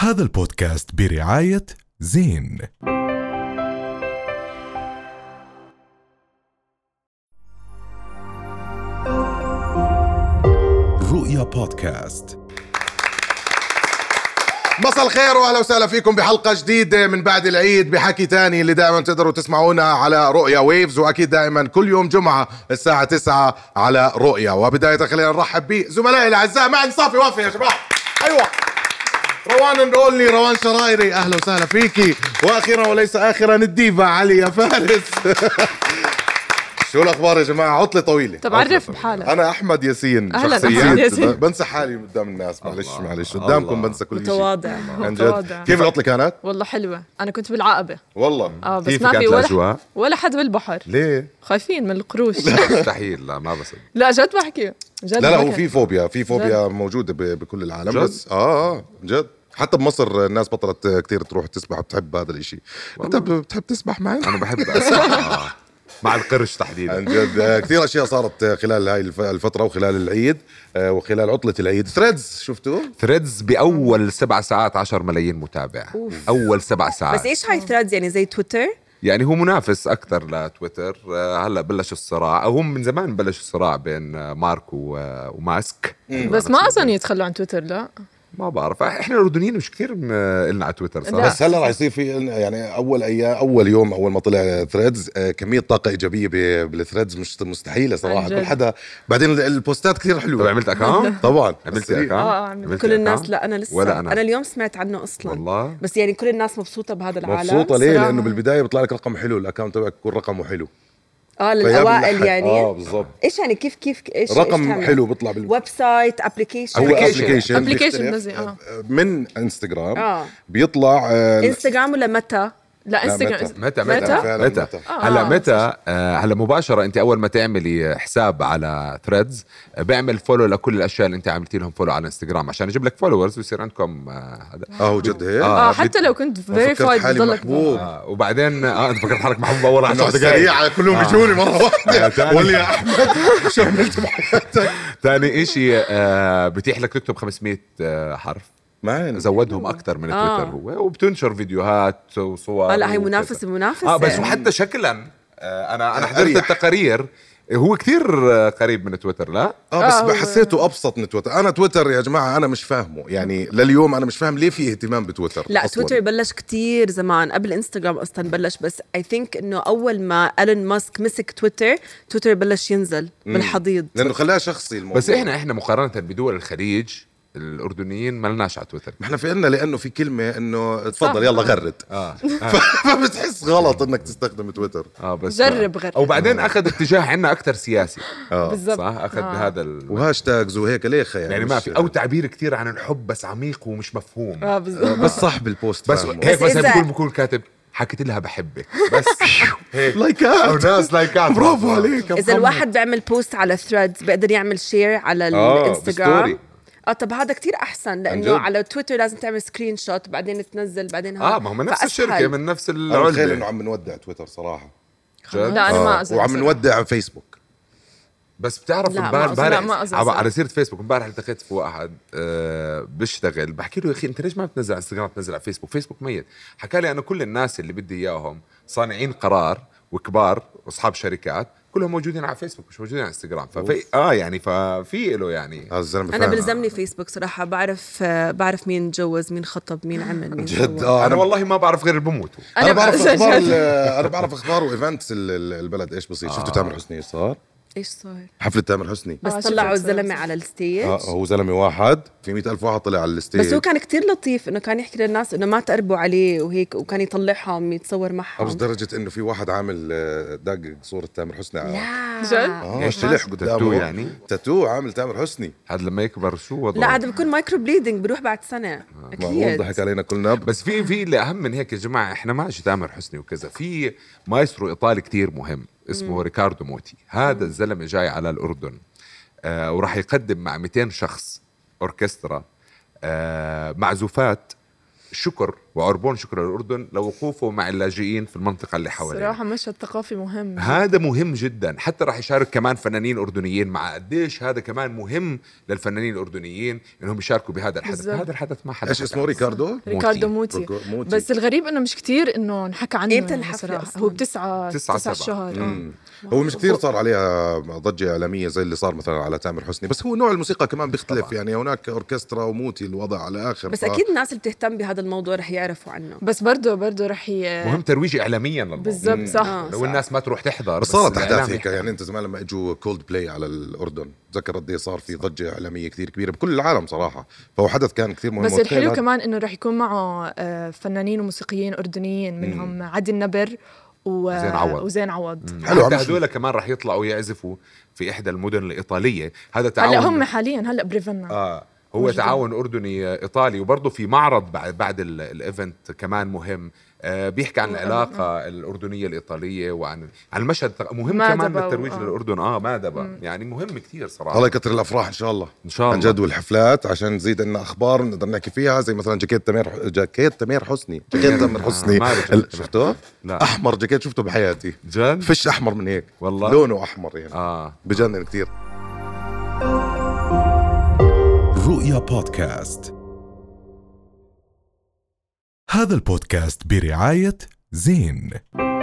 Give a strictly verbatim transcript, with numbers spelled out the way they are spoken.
هذا البودكاست برعاية زين. رؤيا بودكاست. مساء الخير واهلا وسهلا فيكم بحلقه جديده من بعد العيد بحكي تاني اللي دائما تقدروا تسمعونا على رؤيا ويفز، واكيد دائما كل يوم جمعه الساعه تسعة على رؤيا. وبدايه خلينا نرحب بزملائي الاعزاء. معي صافي وافي يا شباب. ايوه روان نقولي روان شرايري، اهلا وسهلا فيكي. واخيرا وليس اخرا الديفا علي يا فارس. شو الاخبار يا جماعه؟ عطله طويله. طب عرف بحالك. انا احمد ياسين شخصيا، بنسى حالي قدام الناس. معلش معلش قدامكم بنسى كل شيء. متواضع متواضع. كيف العطله كانت؟ والله حلوه. انا كنت بالعقبه والله. اه بس ما في ولا ولا حد بالبحر. ليه؟ خايفين من القروش. مستحيل. لا ما بصدق. لا جد بحكي جد. لا لا هو في فوبيا في فوبيا موجوده بكل العالم جد؟ بس اه اه جد. حتى بمصر الناس بطلت كتير تروح تسبح وبتحب هذا الاشي. انت بتحب تسبح معي؟ انا بحب اسبح مع القرش تحديدا. عن جد كثير اشياء صارت خلال هاي الفتره وخلال العيد وخلال عطله العيد. ثريدز شفتوه؟ ثريدز باول سبع ساعات عشر ملايين متابع. أوف. اول سبع ساعات. بس ايش هاي ثريدز؟ يعني زي تويتر؟ يعني هو منافس اكثر لتويتر. هلا بلش الصراع، او هم من زمان بلش الصراع بين مارك وماسك. بس ما اظن يتخلوا عن تويتر. لا ما بعرف، احنا الاردنيين مش كثير لنا على تويتر صراحه. بس هلا راح يصير في يعني اول ايام اول يوم اول ما طلع ثريدز كميه طاقه ايجابيه بالثريدز مش مستحيله صراحه. كل حدا بعدين البوستات كثير حلوه. طب عملت اكاونت؟ طبعا عملت اكاونت. اه كل الناس. لا انا لسه ولا أنا. انا اليوم سمعت عنه اصلا والله. بس يعني كل الناس مبسوطه بهذا العالم. مبسوطه ليه؟ لانه بالبدايه بيطلع لك رقم حلو، الاكاونت تبعك يكون رقمه حلو. اه للاوائل يعني. اه بالضبط. ايش يعني كيف كيف ايش رقم إيش حلو بيطلع بالويب سايت ابلكيشن ابلكيشن ابلكيشن اه من انستغرام. آه. بيطلع آه انستغرام ولا متى؟ لا انستغرام. متى متى متى, متى. هلا متى آه هلا مباشره انت اول ما تعملي حساب على ثريدز بيعمل فولو لكل الاشياء اللي انت عملتي لهم فولو على انستغرام عشان يجيب لك فولورز ويصير عندكم هذا. اه هو جد هيك. اه, آه حتى لو كنت فيريفايد بضلك محبوب. آه وبعدين اه انت فكرت حالك محبوب اول عشر دقائق سريعه كلهم بيجوني آه. مره واحده. قول يا احمد شو عملت بحياتك؟ ثاني شيء آه بتيح لك تكتب خمسمية آه حرف. ما زودهم اكثر من آه. تويتر هو، وبتنشر فيديوهات وصور. هلا هي منافسه منافسه اه بس وحتى شكلا آه انا انا حضرت التقارير هو كتير قريب من تويتر. لا اه بس آه حسيته ابسط من تويتر. انا تويتر يا جماعه انا مش فاهمه يعني لليوم. انا مش فاهم ليه في اهتمام بتويتر. لا أصلاً. تويتر بلش كتير زمان قبل انستغرام اصلا بلش. بس اي ثينك انه اول ما إيلون ماسك مسك تويتر تويتر بلش ينزل بالحضيض لانه خلاها شخصي الموضوع. بس احنا احنا مقارنه بدول الخليج الأردنيين ما لناش على تويتر. ما احنا في إلنا لأنه في كلمة إنه تفضل يلا غرد. آه. فبتحس غلط إنك تستخدم تويتر. آه بس جرب غرد. أو بعدين آه. أخذ اتجاه عنا أكتر سياسي. آه. بالضبط. صح أخذ آه. هذا ال... وهاشتاجز وهيك ليخ يعني, يعني ما في أو تعبير كتير عن الحب بس عميق ومش مفهوم. آه بالضبط. بس صح بالبوست بس هيك بس بيكون بيكون كاتب حكيت لها بحبك بس هيك لايكات وناس لايكات. برافو عليك. إذا الواحد بيعمل بوست على ثريدز بيقدر يعمل شير على الانستغرام. اه طب هذا كتير احسن لانه على تويتر لازم تعمل سكرين شوت بعدين تنزل بعدين اه ما هم من نفس الشركه من نفس العلبه. تخيل انه عم نودع تويتر صراحه. لا انا آه. ما اظن. وعم نودع فيسبوك. بس بتعرف امبارح على سيره فيسبوك امبارح التقيت في واحد آه بيشتغل بحكي له يا اخي انت ليش ما بتنزل على انستغرام تنزل على فيسبوك؟ فيسبوك ميت. حكى لي انا كل الناس اللي بدي اياهم صانعين قرار وكبار واصحاب شركات كلهم موجودين على فيسبوك مش موجودين على انستغرام. ففي اه يعني ففي له يعني انا بلزمني فيسبوك صراحه. بعرف بعرف مين تجوز مين خطب مين عمل مين جد. آه انا والله ما بعرف غير البموتوا. انا, أنا بعرف اخبار انا بعرف اخبار وايفنتس البلد ايش بصير. آه. شفتوا تامر حسني ايش صار؟ ايش صار؟ حفلة تامر حسني بس آه طلعوا الزلمة على الستيج. آه هو زلمة واحد في مئة ألف واحد طلع على الستيج. بس هو كان كتير لطيف إنه كان يحكي للناس إنه ما تقربوا عليه وهيك وكان يطلعهم يتصور معهم. بس درجة إنه في واحد عامل داق صورة تامر حسني. لا جد؟ آه شلح قدامه يعني تاتو عامل تامر حسني. هذا لما يكبر شو وضعه؟ لا هذا بيكون مايكرو بليدنج بيروح بعد سنة. أكيد ضحك علينا كلنا. بس في في اللي أهم من هيك يا جماعة إحنا ماشي تامر حسني وكذا. في مايسترو إيطالي كتير مهم اسمه ريكاردو موتي. هذا الزلمة جاي على الأردن آه وراح يقدم مع مئتين شخص أوركسترا آه معزوفات شكر وعربون شكر للأردن لوقوفه مع اللاجئين في المنطقة اللي حواليه. صراحة مشهد ثقافي مهم، هذا مهم جدا. حتى راح يشارك كمان فنانين أردنيين، مع قديش هذا كمان مهم للفنانين الأردنيين إنهم يشاركوا بهذا الحدث. بالزبط. هذا الحدث ما حدا إيش اسمه؟ ريكاردو ريكاردو موتي. موتي. بس الغريب إنه مش كتير إنه نحكى عنه. إمتى الحفلة أصلاً؟ هو بتسعة تسعة تسعة سبعة. شهر. آه. هو مش كثير صار عليها ضجة إعلامية زي اللي صار مثلا على تامر حسني، بس هو نوع الموسيقى كمان بيختلف طبعا. يعني هناك أوركسترا وموتي الوضع على آخر. بس ف... أكيد الناس اللي بتهتم بهذا الموضوع رح يعرفوا عنه. بس برضه برضه رح ي... مهم ترويج إعلاميا للموضوع. بالضبط صح. آه لو صح. الناس ما تروح تحضر بس صارت أحداث هيك. يعني أنت زمان لما إجوا كولد بلاي على الأردن تذكر قد صار في ضجة إعلامية كتير كبيرة بكل العالم صراحة، فهو حدث كان كتير مهم. بس الحلو كمان إنه رح يكون معه فنانين وموسيقيين أردنيين منهم مم. عادي النبر وزين عوض وزين عوض. حلو. هذول كمان راح يطلعوا يعزفوا في إحدى المدن الإيطالية. هذا تعاون. هلا هم حاليا هلا بريفنا. آه هو وجدان. تعاون أردني إيطالي. وبرضه في معرض بعد بعد الإيفنت كمان مهم، آه بيحكي عن العلاقة آه. الأردنية الإيطالية وعن عن المشهد مهم كمان للترويج آه. للأردن. آه ما دبا يعني مهم كتير صراحة. الله يكتر الأفراح إن شاء الله إن شاء الله عن جد، والحفلات عشان نزيد لنا أخبار نقدر نحكي فيها، زي مثلا جاكيت تامر جاكيت تامر حسني جاكيت تامر حسني آه. شفته؟ لا. أحمر جاكيت شفته بحياتي جد؟ فيش أحمر من هيك والله لونه أحمر يعني آه. بجنن كتير. رؤيا بودكاست. هذا البودكاست برعاية زين.